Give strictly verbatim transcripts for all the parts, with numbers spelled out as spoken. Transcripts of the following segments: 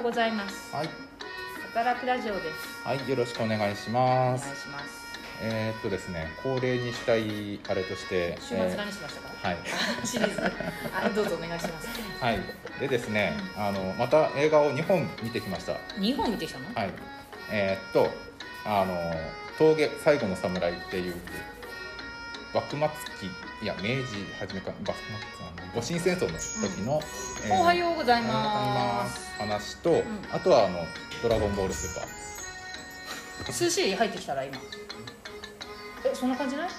うございます。 はい。 働くラジオです。 はい、よろしくお願いしまおす。 願いします。 えー、っとですね、恒例にしたいあれとして、 週末何しましたか？ えー、はい。 シリーズ。はい、どうぞお願いします。 はい。でですね、あのまた映画をにほん見てきました。 にほん見てきたの？ はい。えー、っとあの峠最後の侍っていう幕末期いや明治初めか幕末あの戊辰戦争の時の、 うんえー、おはようございます話と、うん、あとはあのドラゴンボールスーパー。 涼しい入ってきたら今。え、そんな感じない？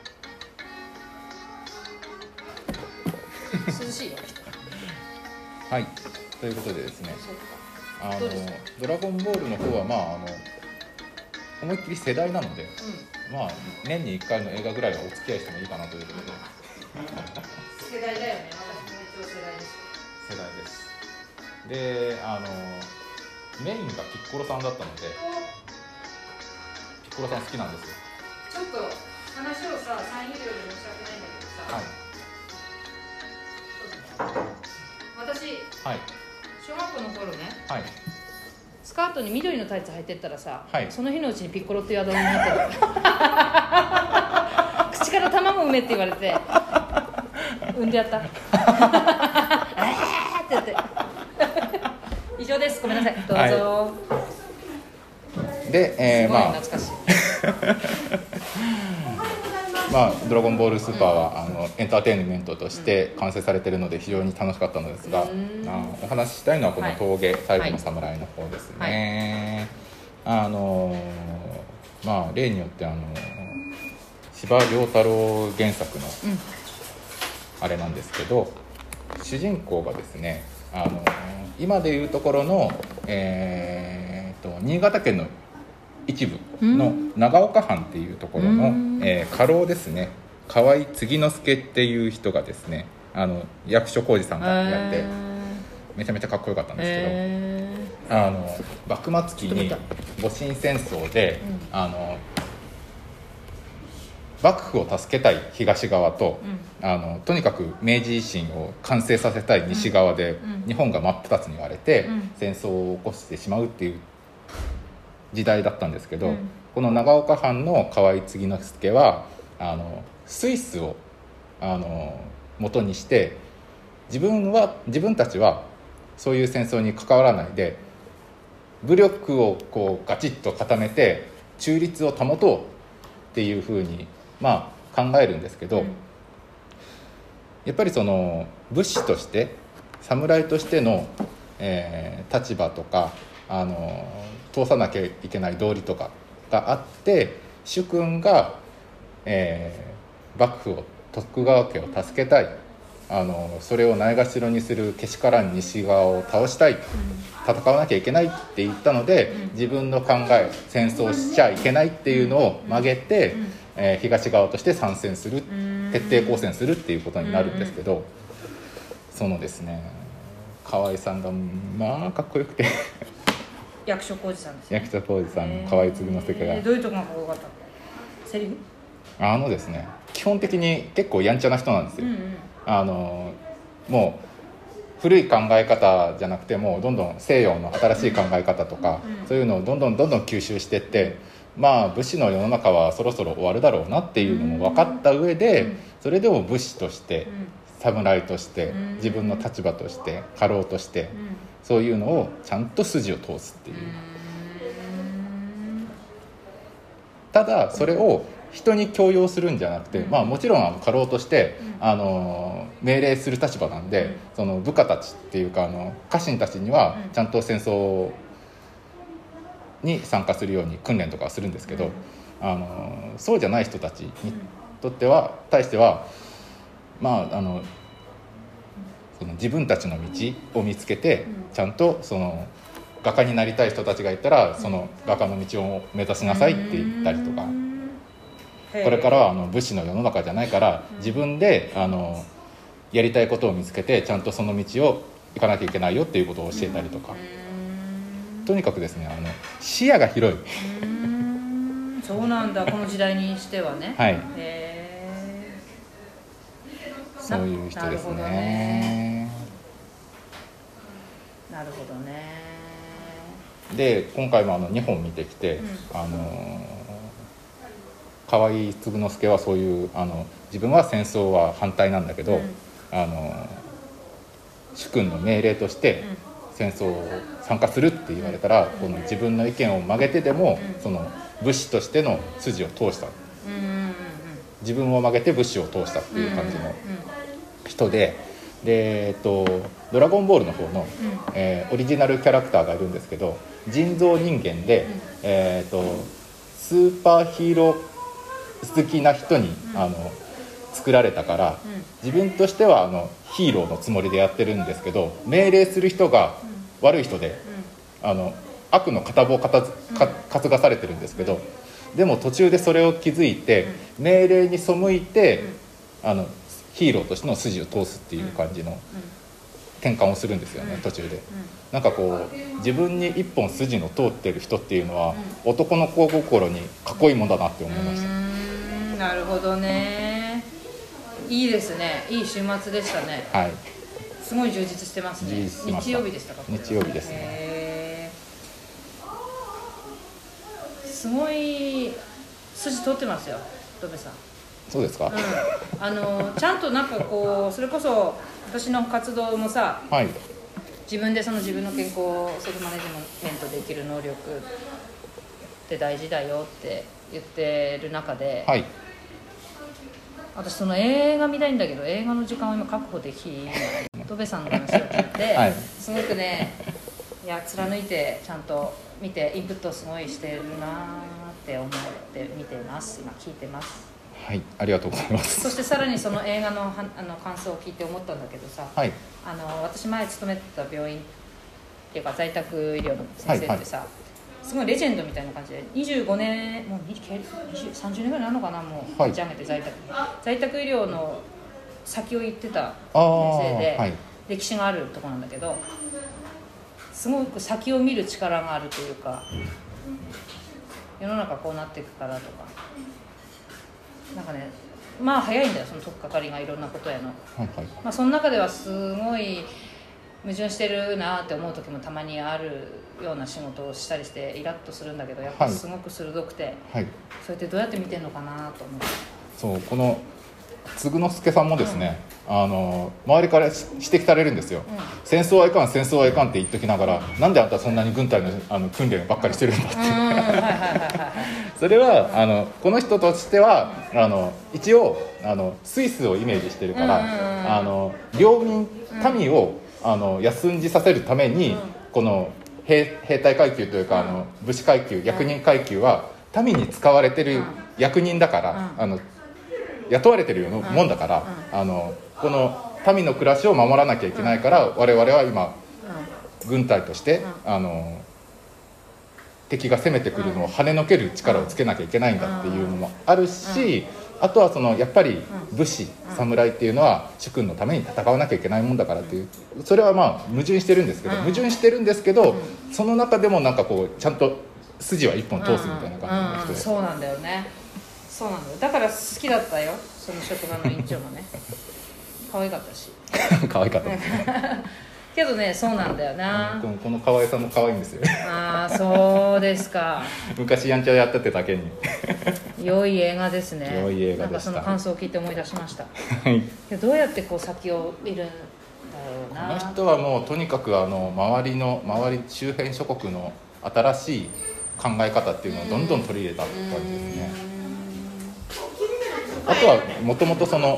涼しいよ。 はい。ということでですね。あのドラゴンボールの方はまああの思いっきり世代なので、うん、まあ年にいっかいの映画ぐらいはお付き合いしてもいいかなということで。 世代だよね。私も一応世代です。 世代です。で、あのメインがピッコロさんだったので、ピッコロさん好きなんですよ。 ちょっと話をさ、遮るようで申し訳ないんだけどさ。はい。私、はい、小学校の頃ね。はい。スカートに緑のタイツ履いてったらさ、はい、その日のうちにピッコロっていうあだ名になってる。口から卵産めって言われて産んでやった。えーって言って。以上です。ごめんなさい。どうぞ。はい、 で、えー、まあ懐かしい。 まあ、ドラゴンボールスーパーは、うん、あのエンターテインメントとして完成されているので非常に楽しかったのですが、うん、あお話ししたいのはこの峠、はい、最後の侍の方ですね、はいはい、あのまあ例によってあの司馬遼太郎原作のあれなんですけど、うん、主人公がですねあの今でいうところの、えー、と新潟県の一部の長岡藩っていうところの、えー、家老ですね、河合継之助っていう人がですね、あの役所広司さんがやってめちゃめちゃかっこよかったんですけど、えー、あの幕末期に戊辰戦争で、うん、あの幕府を助けたい東側と、うん、あのとにかく明治維新を完成させたい西側で、うん、日本が真っ二つに割れて、うん、戦争を起こしてしまうっていう時代だったんですけど、うん、この長岡藩の河合継之助はあのスイスをあの元にして自分は自分たちはそういう戦争に関わらないで武力をこうガチッと固めて中立を保とうっていうふうに、まあ、考えるんですけど、うん、やっぱりその武士として侍としての、えー、立場とかあの通さなきゃいけない道理とかがあって主君が、えー、幕府を徳川家を助けたい、あのそれをないがしろにするけしからん西側を倒したい、うん、戦わなきゃいけないって言ったので、うん、自分の考え戦争しちゃいけないっていうのを曲げて、うんえー、東側として参戦する、うん、徹底抗戦するっていうことになるんですけど、うん、そのですね河合さんがまあかっこよくて役所広司さんですね。 役所広司さんの河合継之助が、 えー、どういうところがかっこよかったの？セリフ？ あのですね基本的に結構やんちゃな人なんですよ、うんうん、あのもう古い考え方じゃなくてもうどんどん西洋の新しい考え方とか、うん、そういうのをどんどんどんどん吸収していって、まあ武士の世の中はそろそろ終わるだろうなっていうのも分かった上で、うん、それでも武士として、うん、侍として、うん、自分の立場として家老として、うん、そういうのをちゃんと筋を通すっていう、うん、ただそれを人に強要するんじゃなくて、うんまあ、もちろんあの家老として、うん、あの命令する立場なんで、うん、その部下たちっていうかあの家臣たちにはちゃんと戦争に参加するように訓練とかはするんですけど、うん、あのそうじゃない人たちにとっては対してはまああのその自分たちの道を見つけて、うん、ちゃんとその画家になりたい人たちがいたらその画家の道を目指しなさいって言ったりとか、うん、これからはあの武士の世の中じゃないから自分であのやりたいことを見つけてちゃんとその道を行かなきゃいけないよっていうことを教えたりとか、うん、とにかくですねあの視野が広い。 うーんそうなんだこの時代にしてはね。 はい。 へーそういう人ですね。 なるほどね。 で今回もあのにほん見てきて、うん、あの河合嗣之助はそういうあの自分は戦争は反対なんだけど、うん、あの主君の命令として戦争を参加するって言われたら、うん、この自分の意見を曲げてでも、うん、その武士としての筋を通した、うん、自分を曲げて武士を通したっていう感じの人で、で、えっと、ドラゴンボールの方の、うんえー、オリジナルキャラクターがいるんですけど、人造人間で、うんえー、っとスーパーヒーロー好きな人に、うん、あの作られたから、うん、自分としてはあのヒーローのつもりでやってるんですけど、命令する人が悪い人で、うん、あの悪の片棒を担がされてるんですけど、でも途中でそれを気づいて、うん、命令に背いて、うん、あのヒーローとしての筋を通すっていう感じの転換をするんですよね、うん、途中で、うん、なんかこう自分に一本筋の通ってる人っていうのは、うん、男の子心にかっこいいもんだなって思いました。 うーん、なるほどね。いいですね。いい週末でしたね。 はい、 すごい充実してますね。日曜日でしたか？ 日曜日ですね。 すごい筋通ってますよ、戸部さん。 そうですか、 うん、あのちゃんとなんかこうそれこそ私の活動もさ、はい、自分でその自分の健康をセルフマネジメントできる能力って大事だよって言ってる中で、はい、私その映画見たいんだけど映画の時間を今確保できない戸部さんの話を聞いて、はい、すごくね、いや貫いてちゃんと見てインプットすごいしてるなって思って見てます。今聞いてます。 はい、ありがとうございます。 そしてさらにその映画 の, あの感想を聞いて思ったんだけどさ、はい、あの私前勤めてた病院っていうか在宅医療の先生ってさ、はいはい、すごいレジェンドみたいな感じでにじゅうごねんもうにじゅう、さんじゅうねんぐらいなのかな、もう立ち上げて在宅、はい、在宅医療の先を行ってた先生で、はい、歴史があるところなんだけど、すごく先を見る力があるというか、世の中こうなっていくからとか、なんかね、まあ早いんだよ、その取っかかりがいろんなことへの、はいはい、まあ、その中ではすごい矛盾してるなって思う時もたまにあるような仕事をしたりしてイラッとするんだけど、やっぱすごく鋭くて、はい、それってどうやって見てるのかなと思って。 そう、この嗣之助さんもですね、うん、あの周りから指摘されるんですよ、うん、戦争はいかん戦争はいかんって言っときながら、なんであんたそんなに軍隊 の, あの訓練ばっかりしてるんだって、それはあのこの人としてはあの一応あのスイスをイメージしてるから、あの領民民をあの休んじさせるために、うん、この 兵, 兵隊階級というか、うん、あの武士階級役人階級は民に使われてる役人だから、うん、あの雇われてるようなもんだから、うんうん、あのこの民の暮らしを守らなきゃいけないから、うん、我々は今、うん、軍隊として、うん、あの敵が攻めてくるのを跳ねのける力をつけなきゃいけないんだっていうのもあるし、うん、あとはそのやっぱり武士、うん、侍っていうのは主君のために戦わなきゃいけないもんだからっていう、それはまあ矛盾してるんですけど、うん、矛盾してるんですけど、うん、その中でもなんかこうちゃんと筋は一本通すみたいな感じの人です、 うんうんうん、そうなんだよね。そうなんだよ。だから好きだったよ、その職場の院長もね可愛かったし可愛かったけどね、そうなんだよな、 うん、この可愛さも可愛いんですよああ、そうですか昔やんちゃやっててだけに良い映画ですね。 良い映画でした。 なんかその感想を聞いて思い出しましたどうやってこう先を見るんだろうな。 この人はもうとにかくあの周りの周り周辺諸国の新しい考え方っていうのをどんどん取り入れたって感じですね。あとはもともとその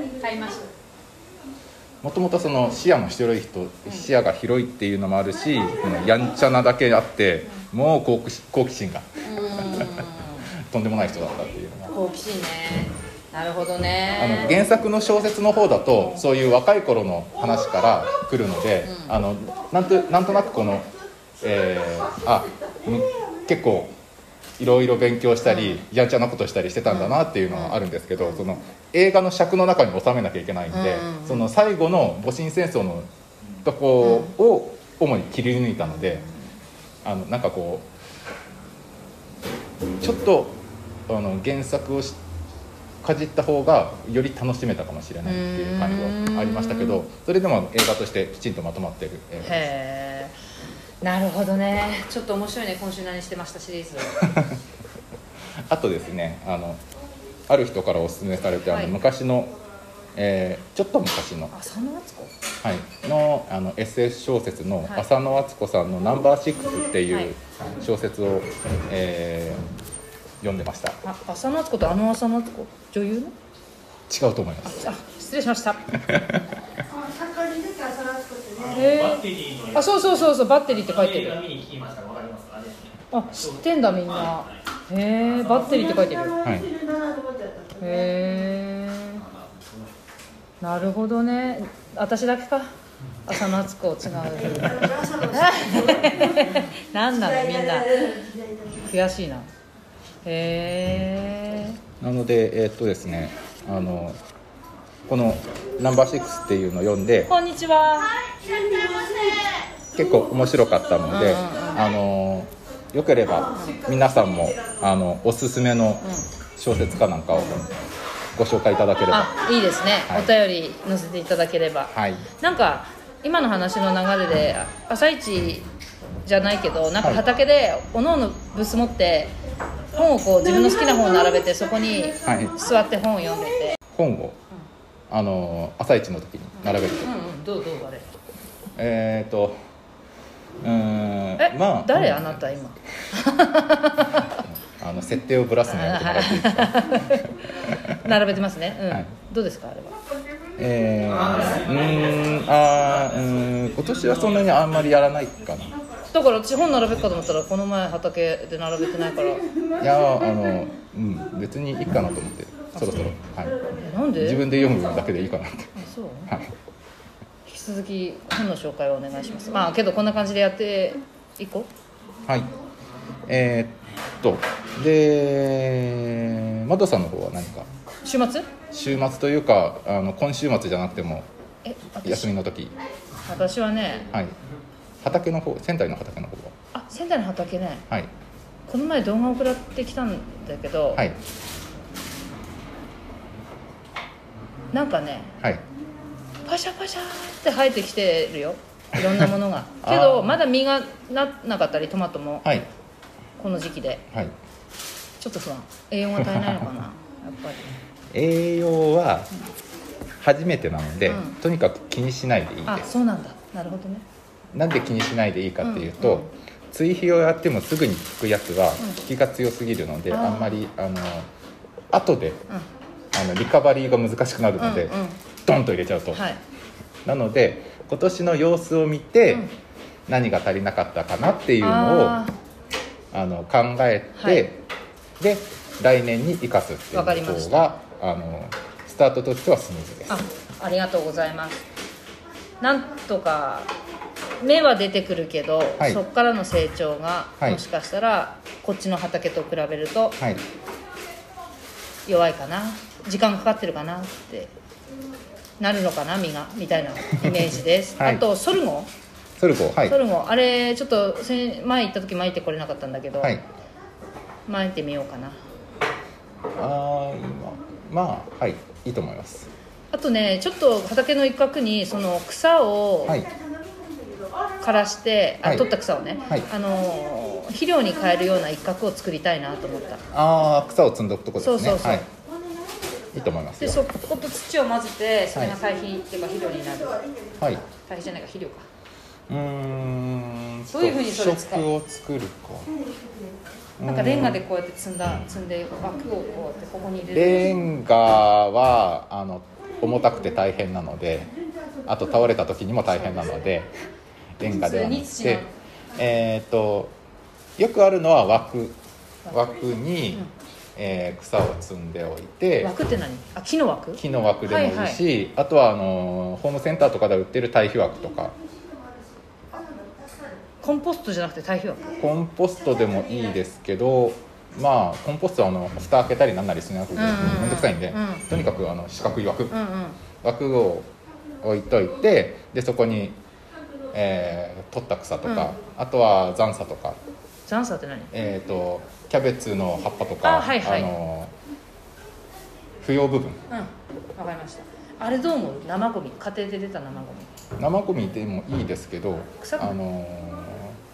もともとその視野の広い人、視野が広いっていうのもあるし、やんちゃなだけあってもう好奇好奇心がとんでもない人だったっていうのが。 好奇心ね。なるほどね。 あの原作の小説の方だとそういう若い頃の話から来るので、うん、あのなんと、なんとなくこの、えー、あ結構いろいろ勉強したり、うん、やんちゃなことしたりしてたんだなっていうのはあるんですけど、うん、その映画の尺の中に収めなきゃいけないんで、うん、その最後の戊辰戦争のとこを主に切り抜いたので、うん、あのなんかこうちょっとあの原作をかじった方がより楽しめたかもしれないっていう感じはありましたけど、それでも映画としてきちんとまとまってる映画です。 へーなるほどね。ちょっと面白いね。今週何してましたシリーズあとですね、あのある人からお勧めされて、はい、あの昔の、えー、ちょっと昔の浅野敦子、 はい、の, あの エスエフ 小説の浅野敦子さんのナンバーシックスっていう小説を、はい、えー、読んでました。 あ、浅野敦子とあの浅野敦子、女優の？ 違うと思います。 あ、失礼しましたへー、 あ、そうそうそうそう、バッテリーって書いてる。あ、知ってんだみんな。へえ、バッテリーって書いてる。 はい、へえ、なるほどね。私だけか、浅野敦子違うなんなのみんな悔しいな。へえ。 なのでえー、っとですね、あのこのナンバーシックスっていうのを読んで、 こんにちは、 結構面白かったので、うんうんうん、あのよければ皆さんもあのおすすめの小説家なんかをご紹介いただければ。 あ、いいですね、はい、お便り載せていただければ、 はい、 なんか今の話の流れで朝一じゃないけど、なんか畑でおのおのブス持って本をこう自分の好きな本を並べて、そこに座って本を読んでて、はい、 本を、あの朝一の時に並べると、 うんうん、どうどうあれえーとうーんえ、まあ、誰、うん、あなた今あの設定をぶらすのやめてもらっていいですか並べてますね、うん、はい、どうですかあれは。 えー、うーんあーうーん今年はそんなにあんまりやらないかな。 だから私本並べるかと思ったら、この前畑で並べてないから。 いやあの、うん、別にいいかなと思って、そろそろ、はい、 なんで自分で読むだけでいいかなって。あ、 そう、 はい、 引き続き本の紹介をお願いします。まあけどこんな感じでやっていこう。はい、えー、っとでマドさんの方は何か週末週末というか、あの今週末じゃなくてもえ休みの時。 私はね、 はい、畑の方、仙台の畑の方は。 あ、仙台の畑ね、 はい、 この前動画送られてきたんだけど、 はい、 なんかね、 はい、 パシャパシャって生えてきてるよ、いろんなものがけどまだ実がななかったり、トマトも、はい、この時期で、はい、ちょっと不安、栄養が足りないのかなやっぱり栄養は初めてなので、うん、とにかく気にしないでいいです。 あ、そうなんだ、なるほどね。 なんで気にしないでいいかっていうと、うんうん、追肥をやってもすぐに効くやつは効きが強すぎるので、うん、あんまりあの後で、うん、あのリカバリーが難しくなるので、うんうん、ドンと入れちゃうと、はい、なので今年の様子を見て、うん、何が足りなかったかなっていうのをあの考えて、はい、で来年に生かすっていう方があのスタートとしてはスムーズです。 あ、ありがとうございます。なんとか芽は出てくるけど、はい、そこからの成長が、はい、もしかしたらこっちの畑と比べると弱いかな、時間かかってるかなってなるのかな、実がみたいなイメージです、はい、あとソルゴソルゴ、はい、 ソルゴあれちょっと前行った時巻いてこれなかったんだけど、はい、巻いてみようかな。 あ今まあはいいいと思います。 あとね、ちょっと畑の一角にその草を、はい、枯らして、あ、はい、取った草をね、はい、あの肥料に変えるような一角を作りたいなと思った。 ああ、草を積んでおくとこですね。 そうそうそう、はい、 いいと思いますよ。 でそこと土を混ぜて、それが堆肥っていうか肥料になる、はい、堆肥じゃないか、肥料か。 うーん、 どういうふうにそれ使う？ 食を作るか。 なんかレンガでこうやって積んだ積んで枠をこうやってここに入れる。 レンガはあの重たくて大変なので、あと倒れた時にも大変なのでレンガではなくて、えー、とよくあるのは枠枠に、うん、えー、草を積んでおいて。 枠って何？あ、木の枠？ 木の枠でもいいし、はいはい、あとはあのホームセンターとかで売ってる堆肥枠とか。 コンポストじゃなくて堆肥枠？ コンポストでもいいですけど、まあコンポストはあの蓋開けたりなんなりしなくてめんどくさいんで、うんうん、とにかくあの四角い枠、うんうん、枠を置いといて、でそこに、えー、取った草とか、うん、あとは残砂とか。 残砂って何？ えーとキャベツの葉っぱとか、あ、はいはい、あの不要部分。 うん、わかりました。あれどう思う？生ゴミ、家庭で出た生ゴミ。 生ゴミでもいいですけど、 臭くない？ あの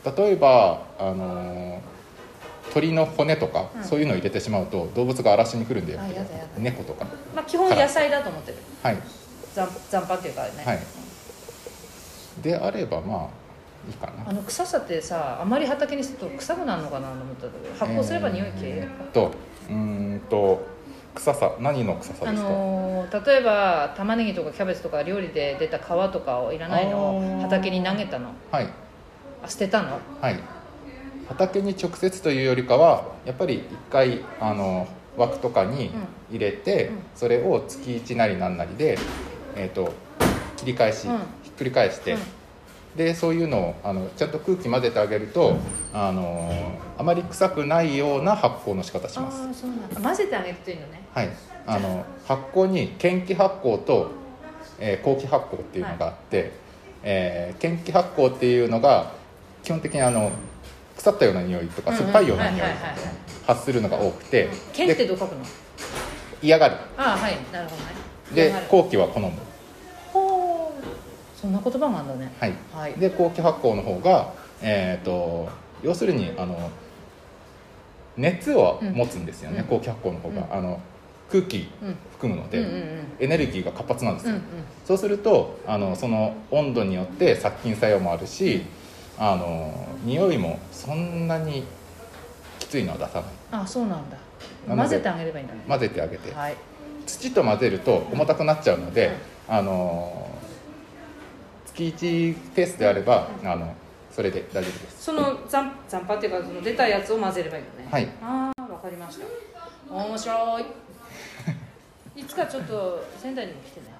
例えばあの鳥の骨とか、うん、そういうのを入れてしまうと動物が荒らしに来るんで、 あ、やだやだ、 猫とか、 まあ、基本野菜だと思ってる、 はい、 残残飯っていうかね、 はい、であればまあいいかな。 あの臭さってさ、あまり畑にすると臭くなるのかなと思ったけど、発酵すれば匂い消える、 えー、とうーんと臭さ、何の臭さですか？あのー、例えば玉ねぎとかキャベツとか料理で出た皮とかをいらないのを畑に投げたの、 はい、 あ、捨てたの、 はい、畑に直接というよりかはやっぱり一回あの枠とかに入れて、うん、それを月いちなり何なりで、えー、と切り返し、うん、ひっくり返して、うん、でそういうのをあのちゃんと空気混ぜてあげると、あのあまり臭くないような発酵の仕方します。 あ、そうなんだ。混ぜてあげるといいのね。 はい、あの発酵に間気発酵と、えー、後気発酵っていうのがあって、はい、えー、間気発酵っていうのが基本的にあの腐ったような匂いとか酸っぱいような匂いを発するのが多くて、 間ってどう書くの？ 嫌がる。 ああ、はい、なるほどね。 で後気は好む。 ほう、そんな言葉があるんだね。 はい、はい、で後気発酵の方が、えー、と要するにあの熱を持つんですよね、うん、後気発酵の方が、うん、あの空気含むので、うんうんうん、エネルギーが活発なんですよ、うんうん、そうするとあのその温度によって殺菌作用もあるし、あの匂いもそんなにきついのは出さない。 あ、そうなんだ。混ぜてあげればいいんだね。 混ぜてあげて、 はい、 土と混ぜると重たくなっちゃうので、うん、あの月いちペースであれば、うん、あのそれで大丈夫です。 その残残飯っていうかその出たやつを混ぜればいいのね。 はい。 ああ、わかりました。面白い。いつかちょっと仙台にも来てね。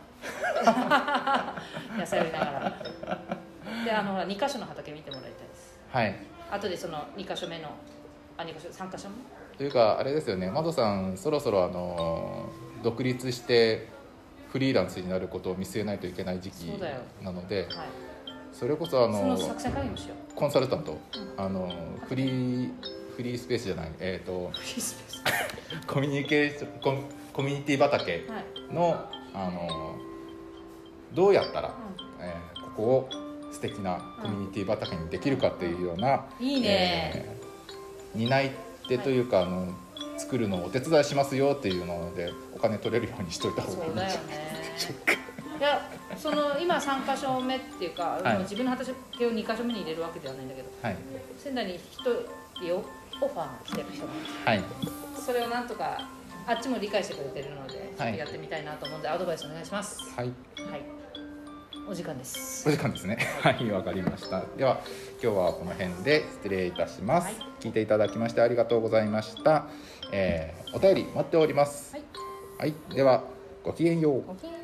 野菜を見ながら。で、あのにかしょの畑見てもらいたいです。 はい。 後でそのにかしょめの、あ、にかしょさんかしょめ。 というかあれですよね。マドさんそろそろあの独立してフリーランスになることを見据えないといけない時期なので。はい。それこそあのその作戦会議もしよう。 コンサルタント、うん、あのフリーフリースペースじゃない、えっ、ー、とコミュニケーション コ, コミュニティ畑の、はい、あのどうやったら、うん、えー、ここを素敵なコミュニティ畑にできるかっていうような、 うん、いいね、 えー、担い手というか、はい、あの作るのをお手伝いしますよっていうのでお金取れるようにしといた方がいいんじゃないでしょうか。 いや、その今さんかしょめっていうか、はい、自分の畑をにかしょめに入れるわけではないんだけど、はい、仙台にひとりオファーが来てる人が、はい、それをなんとかあっちも理解してくれてるので、はい、やってみたいなと思うのでアドバイスお願いします。はい、はい、お時間です。 お時間ですね。はい、わかりました。では今日はこの辺で失礼いたします。はい、聞いていただきましてありがとうございました。えー、お便り待っております。はい、はい、ではごきげんよう。 ごきげんよう。